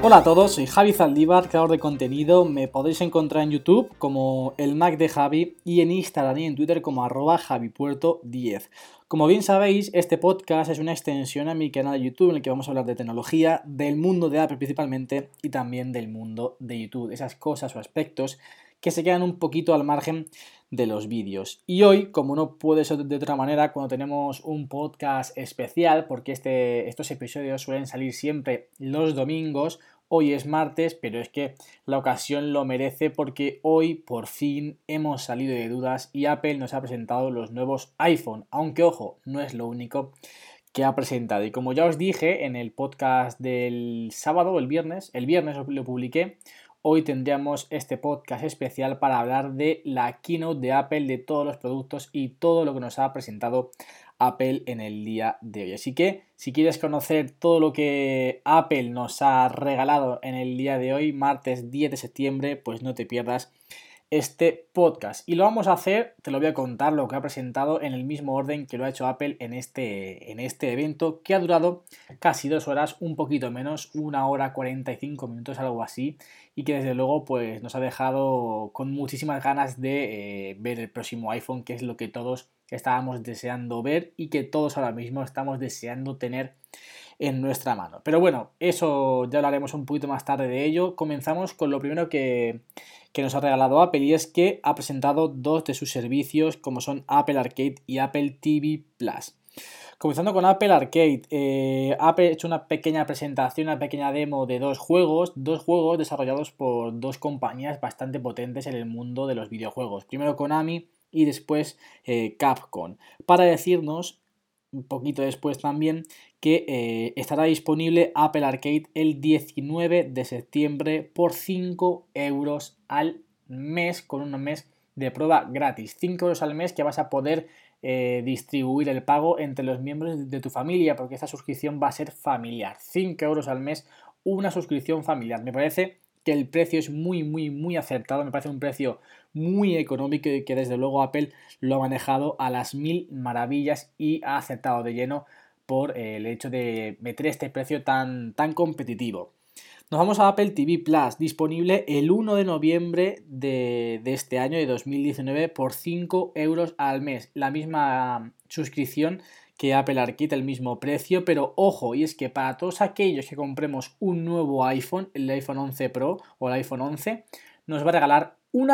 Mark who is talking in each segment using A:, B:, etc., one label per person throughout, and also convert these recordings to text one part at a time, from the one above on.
A: Hola a todos, soy Javi Zaldívar, creador de contenido. Me podéis encontrar en YouTube como el Mac de Javi y en Instagram y en Twitter como @javipuerto10. Como bien sabéis, este podcast es una extensión a mi canal de YouTube en el que vamos a hablar de tecnología, del mundo de Apple principalmente y también del mundo de YouTube, esas cosas o aspectos que se quedan un poquito al margen de los vídeos. Y hoy, como no puede ser de otra manera, cuando tenemos un podcast especial, porque estos episodios suelen salir siempre los domingos. Hoy es martes, pero es que la ocasión lo merece porque hoy por fin hemos salido de dudas y Apple nos ha presentado los nuevos iPhone, aunque ojo, no es lo único que ha presentado. Y como ya os dije en el podcast del sábado o el viernes lo publiqué, hoy tendríamos este podcast especial para hablar de la keynote de Apple, de todos los productos y todo lo que nos ha presentado Apple en el día de hoy. Así que si quieres conocer todo lo que Apple nos ha regalado en el día de hoy, martes 10 de septiembre, pues no te pierdas este podcast. Y lo vamos a hacer, te lo voy a contar lo que ha presentado en el mismo orden que lo ha hecho Apple en este evento, que ha durado casi 2 horas, un poquito menos, 1 hora 45 minutos, algo así, y que desde luego pues nos ha dejado con muchísimas ganas de ver el próximo iPhone, que es lo que todos estábamos deseando ver y que todos ahora mismo estamos deseando tener en nuestra mano. Pero bueno, eso ya hablaremos un poquito más tarde de ello. Comenzamos con lo primero que nos ha regalado Apple, y es que ha presentado dos de sus servicios, como son Apple Arcade y Apple TV Plus. Comenzando con Apple Arcade, Apple ha hecho una pequeña presentación, una pequeña demo de dos juegos desarrollados por dos compañías bastante potentes en el mundo de los videojuegos. Primero Konami y después Capcom, para decirnos un poquito después también que estará disponible Apple Arcade el 19 de septiembre por 5 euros al mes, con un mes de prueba gratis. 5 euros al mes que vas a poder distribuir el pago entre los miembros de tu familia, porque esta suscripción va a ser familiar. 5 euros al mes, una suscripción familiar. Me parece que el precio es muy acertado, me parece un precio muy económico y que desde luego Apple lo ha manejado a las mil maravillas y ha acertado de lleno por el hecho de meter este precio tan competitivo. Nos vamos a Apple TV Plus, disponible el 1 de noviembre de este año, de 2019, por 5 euros al mes. La misma suscripción que Apple Arcade, el mismo precio, pero ojo, y es que para todos aquellos que compremos un nuevo iPhone, el iPhone 11 Pro o el iPhone 11, nos va a regalar un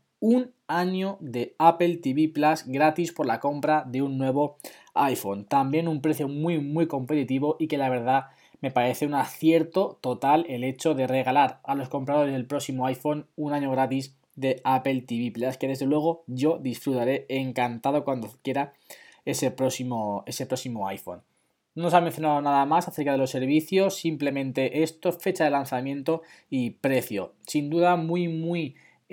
A: año de Apple TV Plus gratis por la compra de un nuevo iPhone. También un precio muy competitivo y que la verdad me parece un acierto total el hecho de regalar a los compradores del próximo iPhone un año gratis de Apple TV Plus, que desde luego yo disfrutaré encantado cuando quiera ese próximo iPhone. No nos ha mencionado nada más acerca de los servicios, simplemente esto, fecha de lanzamiento y precio. Sin duda muy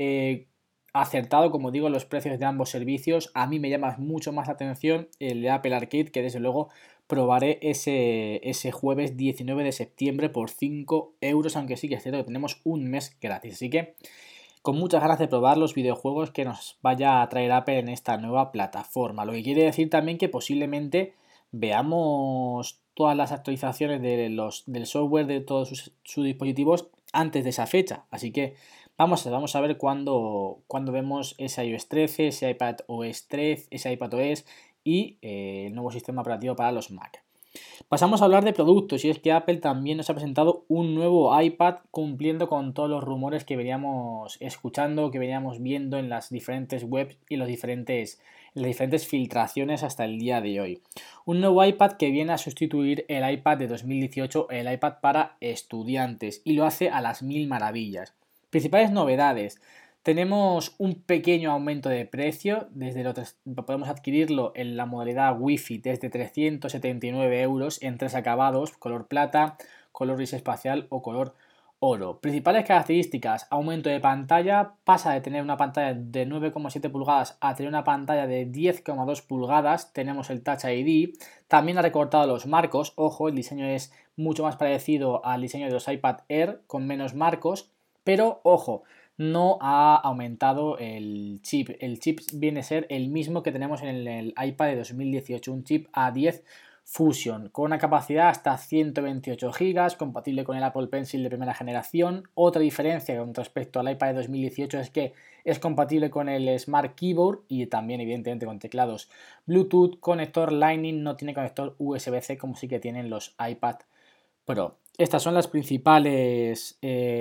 A: acertado, como digo, los precios de ambos servicios. A mí me llama mucho más la atención el de Apple Arcade, que desde luego probaré ese jueves 19 de septiembre por 5 euros, aunque sí que es cierto que tenemos un mes gratis. Así que con muchas ganas de probar los videojuegos que nos vaya a traer Apple en esta nueva plataforma. Lo que quiere decir también que posiblemente veamos todas las actualizaciones del software de todos sus dispositivos antes de esa fecha. Así que vamos a ver cuándo vemos ese iOS 13, ese iPadOS 13, ese iPadOS y el nuevo sistema operativo para los Mac. Pasamos a hablar de productos, y es que Apple también nos ha presentado un nuevo iPad cumpliendo con todos los rumores que veníamos escuchando, que veníamos viendo en las diferentes webs y en las diferentes filtraciones hasta el día de hoy. Un nuevo iPad que viene a sustituir el iPad de 2018, el iPad para estudiantes, y lo hace a las mil maravillas. Principales novedades. Tenemos un pequeño aumento de precio, podemos adquirirlo en la modalidad Wi-Fi desde 379 euros en 3 acabados, color plata, color gris espacial o color oro. Principales características: aumento de pantalla, pasa de tener una pantalla de 9,7 pulgadas a tener una pantalla de 10,2 pulgadas, tenemos el Touch ID, también ha recortado los marcos, ojo, el diseño es mucho más parecido al diseño de los iPad Air con menos marcos, pero ojo, no ha aumentado el chip. El chip viene a ser el mismo que tenemos en el iPad de 2018, un chip A10 Fusion, con una capacidad hasta 128 GB, compatible con el Apple Pencil de primera generación. Otra diferencia con respecto al iPad de 2018 es que es compatible con el Smart Keyboard y también evidentemente con teclados Bluetooth, conector Lightning, no tiene conector USB-C como sí que tienen los iPad Pro. Estas son las principales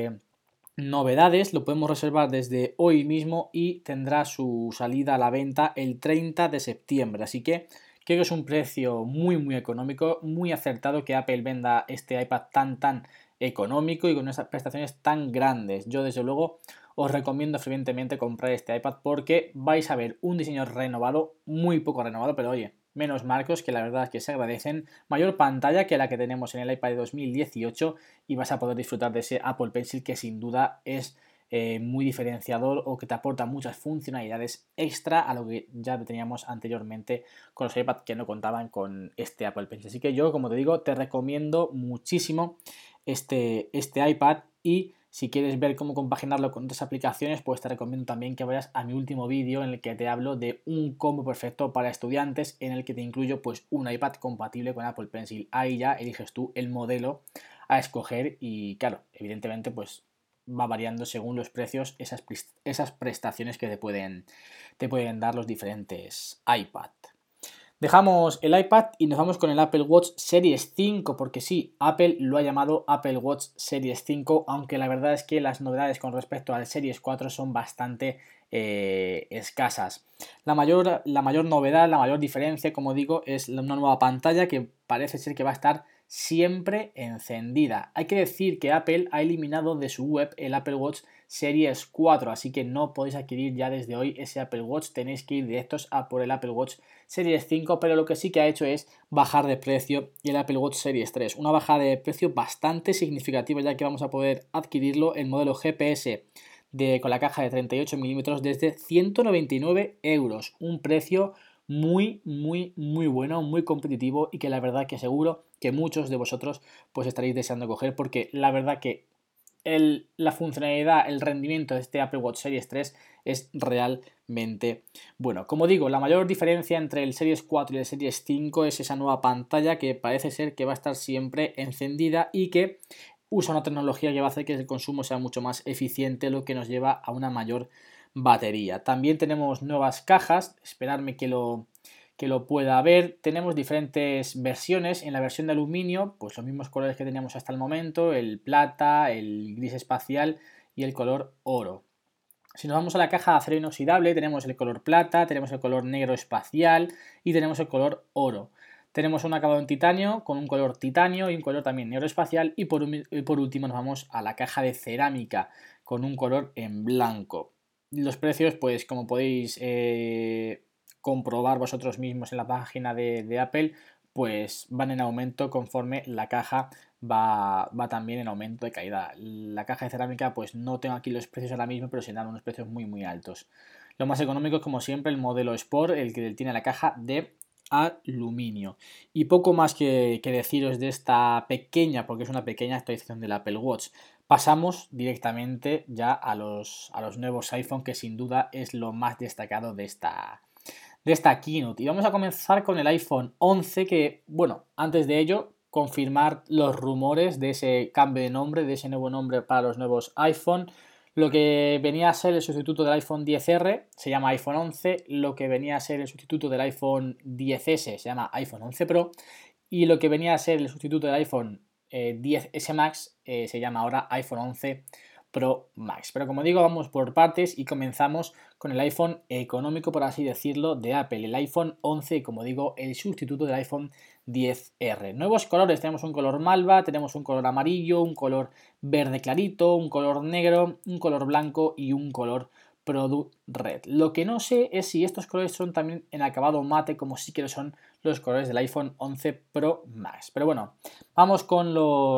A: novedades. Lo podemos reservar desde hoy mismo y tendrá su salida a la venta el 30 de septiembre, así que creo que es un precio muy económico, muy acertado que Apple venda este iPad tan económico y con esas prestaciones tan grandes. Yo desde luego os recomiendo fervientemente comprar este iPad porque vais a ver un diseño renovado, muy poco renovado, pero oye, menos marcos que la verdad es que se agradecen, mayor pantalla que la que tenemos en el iPad de 2018 y vas a poder disfrutar de ese Apple Pencil que sin duda es muy diferenciador o que te aporta muchas funcionalidades extra a lo que ya teníamos anteriormente con los iPad que no contaban con este Apple Pencil. Así que yo, como te digo, te recomiendo muchísimo este iPad y si quieres ver cómo compaginarlo con otras aplicaciones, pues te recomiendo también que vayas a mi último vídeo en el que te hablo de un combo perfecto para estudiantes en el que te incluyo pues un iPad compatible con Apple Pencil. Ahí ya eliges tú el modelo a escoger y claro, evidentemente pues va variando según los precios esas prestaciones que te pueden dar los diferentes iPad. Dejamos el iPad y nos vamos con el Apple Watch Series 5, porque sí, Apple lo ha llamado Apple Watch Series 5, aunque la verdad es que las novedades con respecto al Series 4 son bastante escasas. La mayor novedad, la mayor diferencia, como digo, es una nueva pantalla que parece ser que va a estar siempre encendida. Hay que decir que Apple ha eliminado de su web el Apple Watch Series 4, así que no podéis adquirir ya desde hoy ese Apple Watch, tenéis que ir directos a por el Apple Watch Series 5, pero lo que sí que ha hecho es bajar de precio y el Apple Watch Series 3, una bajada de precio bastante significativa ya que vamos a poder adquirirlo en modelo GPS con la caja de 38 milímetros desde 199 euros, un precio muy bueno, muy competitivo y que la verdad que seguro que muchos de vosotros pues estaréis deseando coger porque la verdad que la funcionalidad, el rendimiento de este Apple Watch Series 3 es realmente bueno. Como digo, la mayor diferencia entre el Series 4 y el Series 5 es esa nueva pantalla que parece ser que va a estar siempre encendida y que usa una tecnología que va a hacer que el consumo sea mucho más eficiente, lo que nos lleva a una mayor batería. También tenemos nuevas cajas, esperadme que lo pueda ver. Tenemos diferentes versiones. En la versión de aluminio, pues los mismos colores que teníamos hasta el momento, el plata, el gris espacial y el color oro. Si nos vamos a la caja de acero inoxidable, tenemos el color plata, tenemos el color negro espacial y tenemos el color oro. Tenemos un acabado en titanio con un color titanio y un color también negro espacial y por último nos vamos a la caja de cerámica con un color en blanco. Los precios, pues como podéis comprobar vosotros mismos en la página de Apple, pues van en aumento conforme la caja va también en aumento de calidad. La caja de cerámica, pues no tengo aquí los precios ahora mismo, pero se dan unos precios muy altos. Lo más económico es como siempre el modelo Sport, el que tiene la caja de aluminio. Y poco más que deciros de esta pequeña, porque es una pequeña actualización del Apple Watch. Pasamos directamente ya a los nuevos iPhone, que sin duda es lo más destacado de esta keynote. Y vamos a comenzar con el iPhone 11, que, bueno, antes de ello, confirmar los rumores de ese cambio de nombre, de ese nuevo nombre para los nuevos iPhone. Lo que venía a ser el sustituto del iPhone XR se llama iPhone 11, lo que venía a ser el sustituto del iPhone XS se llama iPhone 11 Pro y lo que venía a ser el sustituto del iPhone XS Max se llama ahora iPhone 11 Pro Max. Pero como digo, vamos por partes y comenzamos con el iPhone económico, por así decirlo, de Apple, el iPhone 11, como digo, el sustituto del iPhone XR. Nuevos colores, tenemos un color malva, tenemos un color amarillo, un color verde clarito, un color negro, un color blanco y un color Product Red. Lo que no sé es si estos colores son también en acabado mate, como sí que lo son los colores del iPhone 11 Pro Max. Pero bueno, vamos con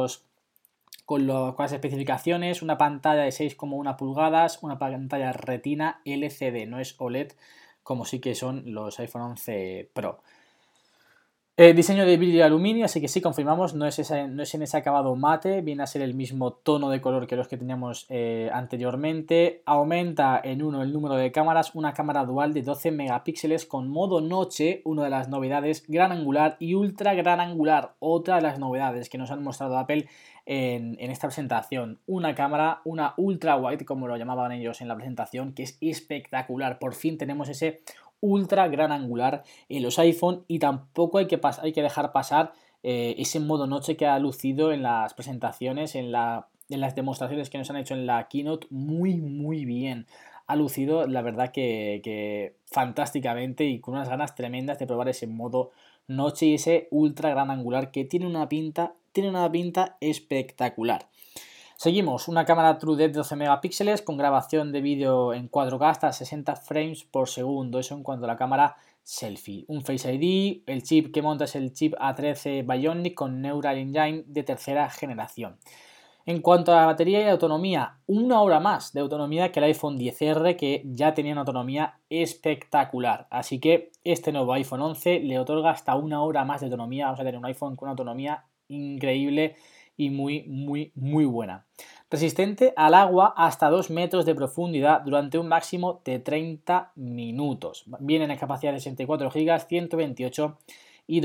A: las especificaciones. Una pantalla de 6,1 pulgadas, una pantalla Retina LCD, no es OLED como sí que son los iPhone 11 Pro. Diseño de vidrio y aluminio, así que sí, confirmamos, no es en ese acabado mate, viene a ser el mismo tono de color que los que teníamos anteriormente. Aumenta en uno el número de cámaras, una cámara dual de 12 megapíxeles con modo noche, una de las novedades, gran angular y ultra gran angular, otra de las novedades que nos han mostrado Apple en esta presentación. Una cámara, una ultra wide, como lo llamaban ellos en la presentación, que es espectacular. Por fin tenemos ese ultra gran angular en los iPhone y tampoco hay que dejar pasar ese modo noche que ha lucido en las presentaciones, en las demostraciones que nos han hecho en la keynote muy bien. Ha lucido la verdad que fantásticamente y con unas ganas tremendas de probar ese modo noche y ese ultra gran angular que tiene una pinta espectacular. Seguimos, una cámara TrueDepth de 12 megapíxeles con grabación de vídeo en 4K hasta 60 frames por segundo, eso en cuanto a la cámara selfie. Un Face ID, el chip que monta es el chip A13 Bionic con Neural Engine de tercera generación. En cuanto a la batería y la autonomía, una hora más de autonomía que el iPhone XR, que ya tenía una autonomía espectacular. Así que este nuevo iPhone 11 le otorga hasta una hora más de autonomía. Vamos a tener un iPhone con una autonomía increíble y muy buena. Resistente al agua hasta 2 metros de profundidad durante un máximo de 30 minutos. Vienen en capacidad de 64 GB, 128 y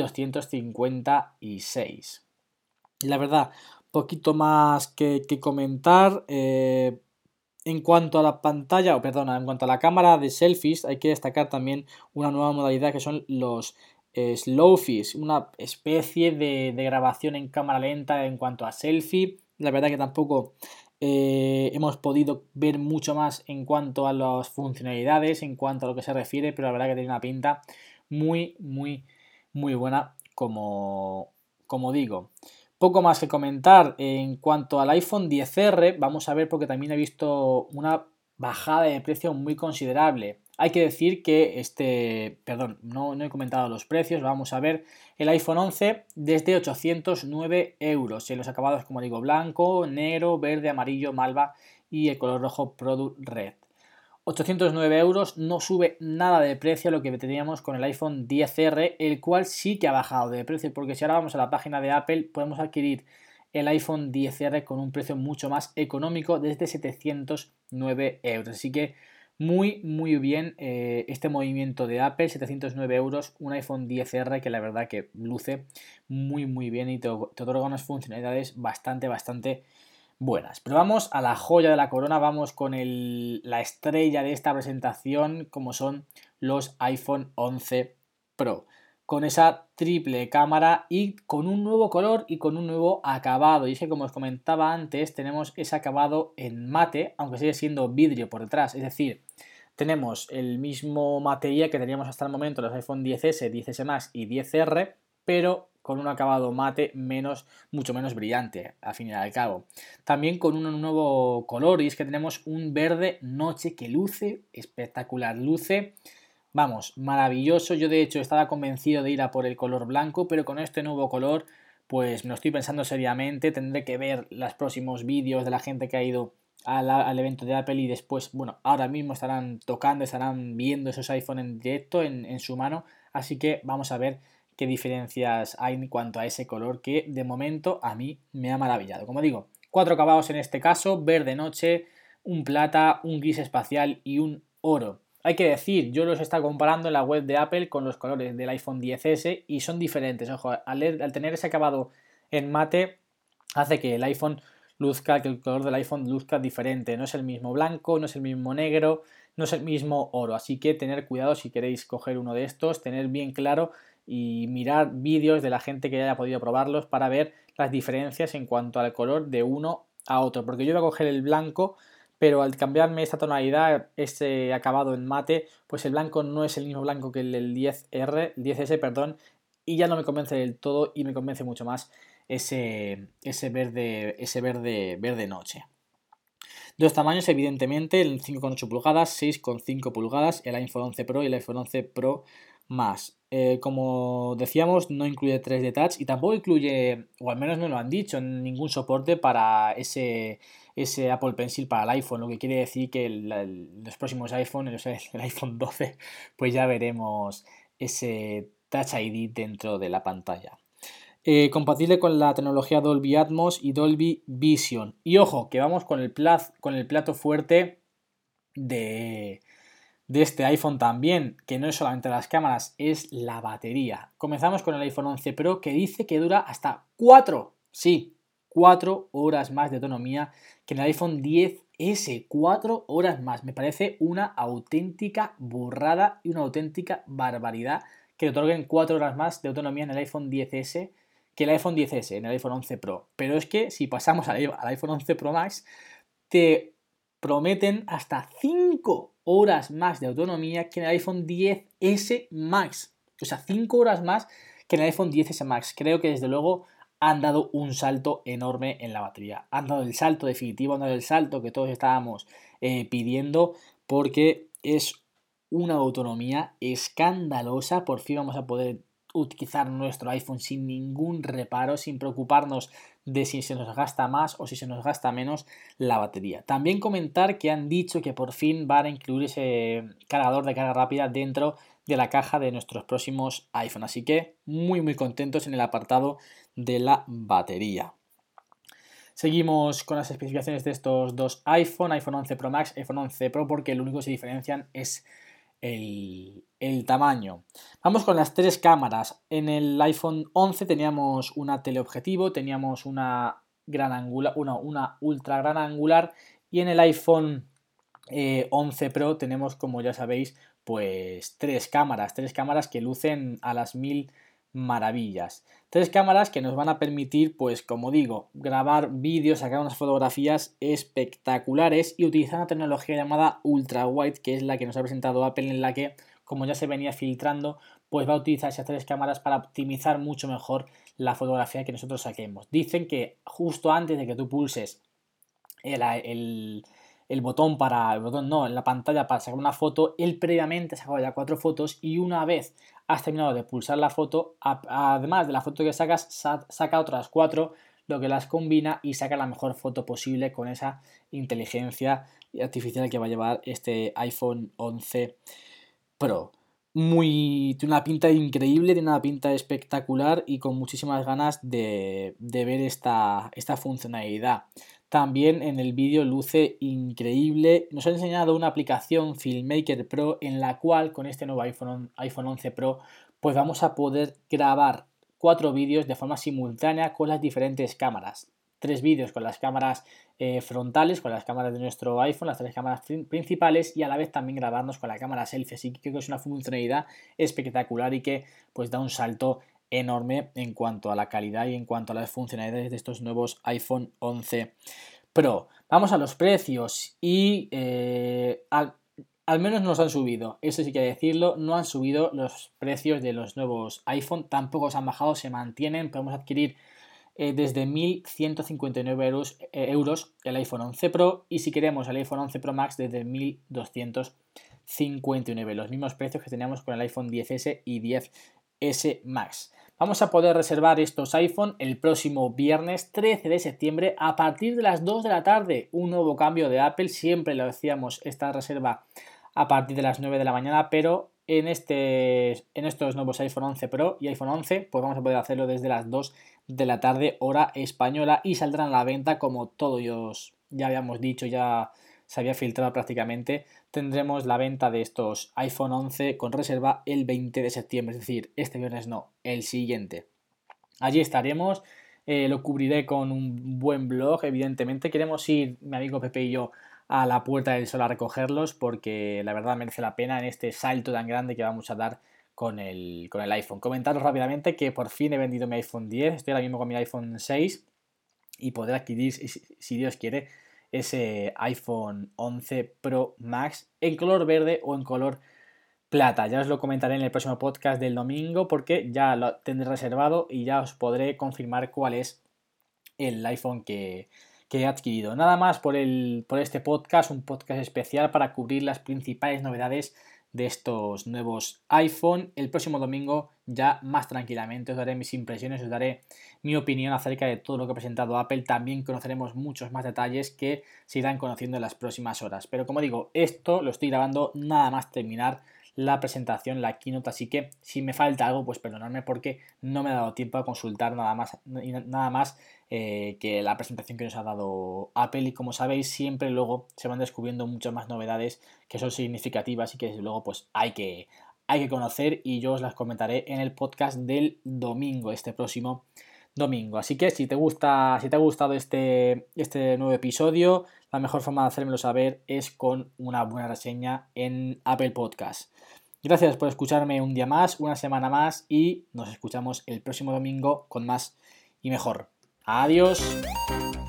A: 256. La verdad, poquito más que comentar. En cuanto a la pantalla, en cuanto a la cámara de selfies, hay que destacar también una nueva modalidad que son los Slowfish, una especie de grabación en cámara lenta en cuanto a selfie. La verdad que tampoco hemos podido ver mucho más en cuanto a las funcionalidades, en cuanto a lo que se refiere, pero la verdad que tiene una pinta muy buena, como digo. Poco más que comentar en cuanto al iPhone XR, vamos a ver porque también he visto una bajada de precio muy considerable. Hay que decir que no he comentado los precios, vamos a ver el iPhone 11 desde 809 euros en los acabados, como digo, blanco, negro, verde, amarillo, malva y el color rojo Product Red. 809 euros, no sube nada de precio a lo que teníamos con el iPhone XR, el cual sí que ha bajado de precio, porque si ahora vamos a la página de Apple, podemos adquirir el iPhone XR con un precio mucho más económico desde 709 euros. Así que muy bien este movimiento de Apple, 709 euros, un iPhone XR que la verdad que luce muy bien y te otorga unas funcionalidades bastante buenas. Pero vamos a la joya de la corona, vamos con la estrella de esta presentación, como son los iPhone 11 Pro. Con esa triple cámara y con un nuevo color y con un nuevo acabado. Y es que, como os comentaba antes, tenemos ese acabado en mate, aunque sigue siendo vidrio por detrás. Es decir, tenemos el mismo material que teníamos hasta el momento los iPhone XS, XS Max y XR, pero con un acabado mate mucho menos brillante, al fin y al cabo. También con un nuevo color, y es que tenemos un verde noche que luce espectacular, luce, vamos, maravilloso. Yo de hecho estaba convencido de ir a por el color blanco, pero con este nuevo color, pues me lo estoy pensando seriamente, tendré que ver los próximos vídeos de la gente que ha ido al evento de Apple y después, bueno, ahora mismo estarán tocando, estarán viendo esos iPhone en directo en su mano, así que vamos a ver qué diferencias hay en cuanto a ese color que de momento a mí me ha maravillado. Como digo, 4 acabados en este caso, verde noche, un plata, un gris espacial y un oro. Hay que decir, yo los he estado comparando en la web de Apple con los colores del iPhone XS y son diferentes. Ojo, al tener ese acabado en mate hace que el que el color del iPhone luzca diferente. No es el mismo blanco, no es el mismo negro, no es el mismo oro. Así que tener cuidado si queréis coger uno de estos, tener bien claro y mirar vídeos de la gente que haya podido probarlos para ver las diferencias en cuanto al color de uno a otro. Porque yo voy a coger el blanco, pero al cambiarme esta tonalidad, este acabado en mate, pues el blanco no es el mismo blanco que el del 10S, perdón, y ya no me convence del todo y me convence mucho más ese verde noche. Dos tamaños, evidentemente, el 5,8 pulgadas, 6,5 pulgadas, el iPhone 11 Pro y el iPhone 11 Pro Max. Como decíamos, no incluye 3D Touch y tampoco incluye, o al menos no lo han dicho, ningún soporte para ese Apple Pencil para el iPhone, lo que quiere decir que los próximos iPhone, el iPhone 12, pues ya veremos ese Touch ID dentro de la pantalla. Compatible con la tecnología Dolby Atmos y Dolby Vision. Y ojo, que vamos con el plato fuerte de este iPhone también, que no es solamente las cámaras, es la batería. Comenzamos con el iPhone 11 Pro, que dice que dura hasta 4 horas más de autonomía que en el iPhone 10S. 4 horas más. Me parece una auténtica burrada y una auténtica barbaridad que le otorguen 4 horas más de autonomía en el iPhone 10S que el iPhone 10S en el iPhone 11 Pro. Pero es que si pasamos al iPhone 11 Pro Max, te prometen hasta 5 horas más de autonomía que en el iPhone 10S Max. O sea, 5 horas más que en el iPhone 10S Max. Creo que desde luego han dado un salto enorme en la batería. Han dado el salto definitivo, han dado el salto que todos estábamos pidiendo, porque es una autonomía escandalosa. Por fin vamos a poder utilizar nuestro iPhone sin ningún reparo, sin preocuparnos de si se nos gasta más o si se nos gasta menos la batería. También comentar que han dicho que por fin van a incluir ese cargador de carga rápida dentro de la caja de nuestros próximos iPhone. Así que muy contentos en el apartado de la batería. Seguimos con las especificaciones de estos dos iPhone 11 Pro Max, iPhone 11 Pro, porque lo único que se diferencian es el tamaño. Vamos con las tres cámaras. En el iPhone 11 teníamos una teleobjetivo, teníamos una ultra gran angular, y en el iPhone 11 Pro tenemos, como ya sabéis, pues tres cámaras que lucen a las mil maravillas. Tres cámaras que nos van a permitir, pues como digo, grabar vídeos, sacar unas fotografías espectaculares y utilizar una tecnología llamada ultra wide, que es la que nos ha presentado Apple, en la que, como ya se venía filtrando, pues va a utilizar esas tres cámaras para optimizar mucho mejor la fotografía que nosotros saquemos. Dicen que justo antes de que tú pulses el botón en la pantalla para sacar una foto, él previamente ha sacado ya 4 fotos, y una vez has terminado de pulsar la foto, además de la foto que sacas, saca otras 4, lo que las combina y saca la mejor foto posible con esa inteligencia artificial que va a llevar este iPhone 11 Pro. Tiene una pinta increíble, tiene una pinta espectacular y con muchísimas ganas de ver esta funcionalidad. También en el vídeo luce increíble. Nos ha enseñado una aplicación Filmmaker Pro, en la cual con este nuevo iPhone 11 Pro pues vamos a poder grabar 4 vídeos de forma simultánea con las diferentes cámaras. 3 vídeos con las cámaras frontales, con las cámaras de nuestro iPhone, las 3 cámaras principales, y a la vez también grabarnos con la cámara selfie. Así que creo que es una funcionalidad espectacular y que pues da un salto enorme en cuanto a la calidad y en cuanto a las funcionalidades de estos nuevos iPhone 11 Pro. Vamos a los precios y al menos nos han subido, eso sí que hay que decirlo, no han subido los precios de los nuevos iPhone, tampoco se han bajado, se mantienen. Podemos adquirir desde 1.159 euros el iPhone 11 Pro, y si queremos el iPhone 11 Pro Max desde 1.259, los mismos precios que teníamos con el iPhone 10S y 10S Max. Vamos a poder reservar estos iPhone el próximo viernes 13 de septiembre a partir de las 2 de la tarde, un nuevo cambio de Apple. Siempre lo decíamos, esta reserva a partir de las 9 de la mañana, pero en estos nuevos iPhone 11 Pro y iPhone 11 pues vamos a poder hacerlo desde las 2 de la tarde hora española, y saldrán a la venta, como todos ya habíamos dicho, ya se había filtrado prácticamente. Tendremos la venta de estos iPhone 11 con reserva el 20 de septiembre, es decir, este viernes no, el siguiente. Allí estaremos, lo cubriré con un buen blog, evidentemente. Queremos ir, mi amigo Pepe y yo, a la Puerta del Sol a recogerlos, porque la verdad merece la pena en este salto tan grande que vamos a dar con el iPhone. Comentaros rápidamente que por fin he vendido mi iPhone 10, estoy ahora mismo con mi iPhone 6 y poder adquirir, si Dios quiere, ese iPhone 11 Pro Max en color verde o en color plata. Ya os lo comentaré en el próximo podcast del domingo, porque ya lo tendré reservado y ya os podré confirmar cuál es el iPhone que he adquirido. Nada más por este podcast, un podcast especial para cubrir las principales novedades de estos nuevos iPhone. El próximo domingo ya más tranquilamente os daré mis impresiones, os daré mi opinión acerca de todo lo que ha presentado Apple. También conoceremos muchos más detalles que se irán conociendo en las próximas horas. Pero como digo, esto lo estoy grabando nada más terminar la presentación, la keynote, así que si me falta algo, pues perdonadme porque no me ha dado tiempo a consultar nada más que la presentación que nos ha dado Apple, y como sabéis siempre luego se van descubriendo muchas más novedades que son significativas y que desde luego pues hay que conocer, y yo os las comentaré en el podcast del domingo, este próximo domingo. Así que si te ha gustado este nuevo episodio, la mejor forma de hacérmelo saber es con una buena reseña en Apple Podcast. Gracias por escucharme un día más, una semana más, y nos escuchamos el próximo domingo con más y mejor. Adiós.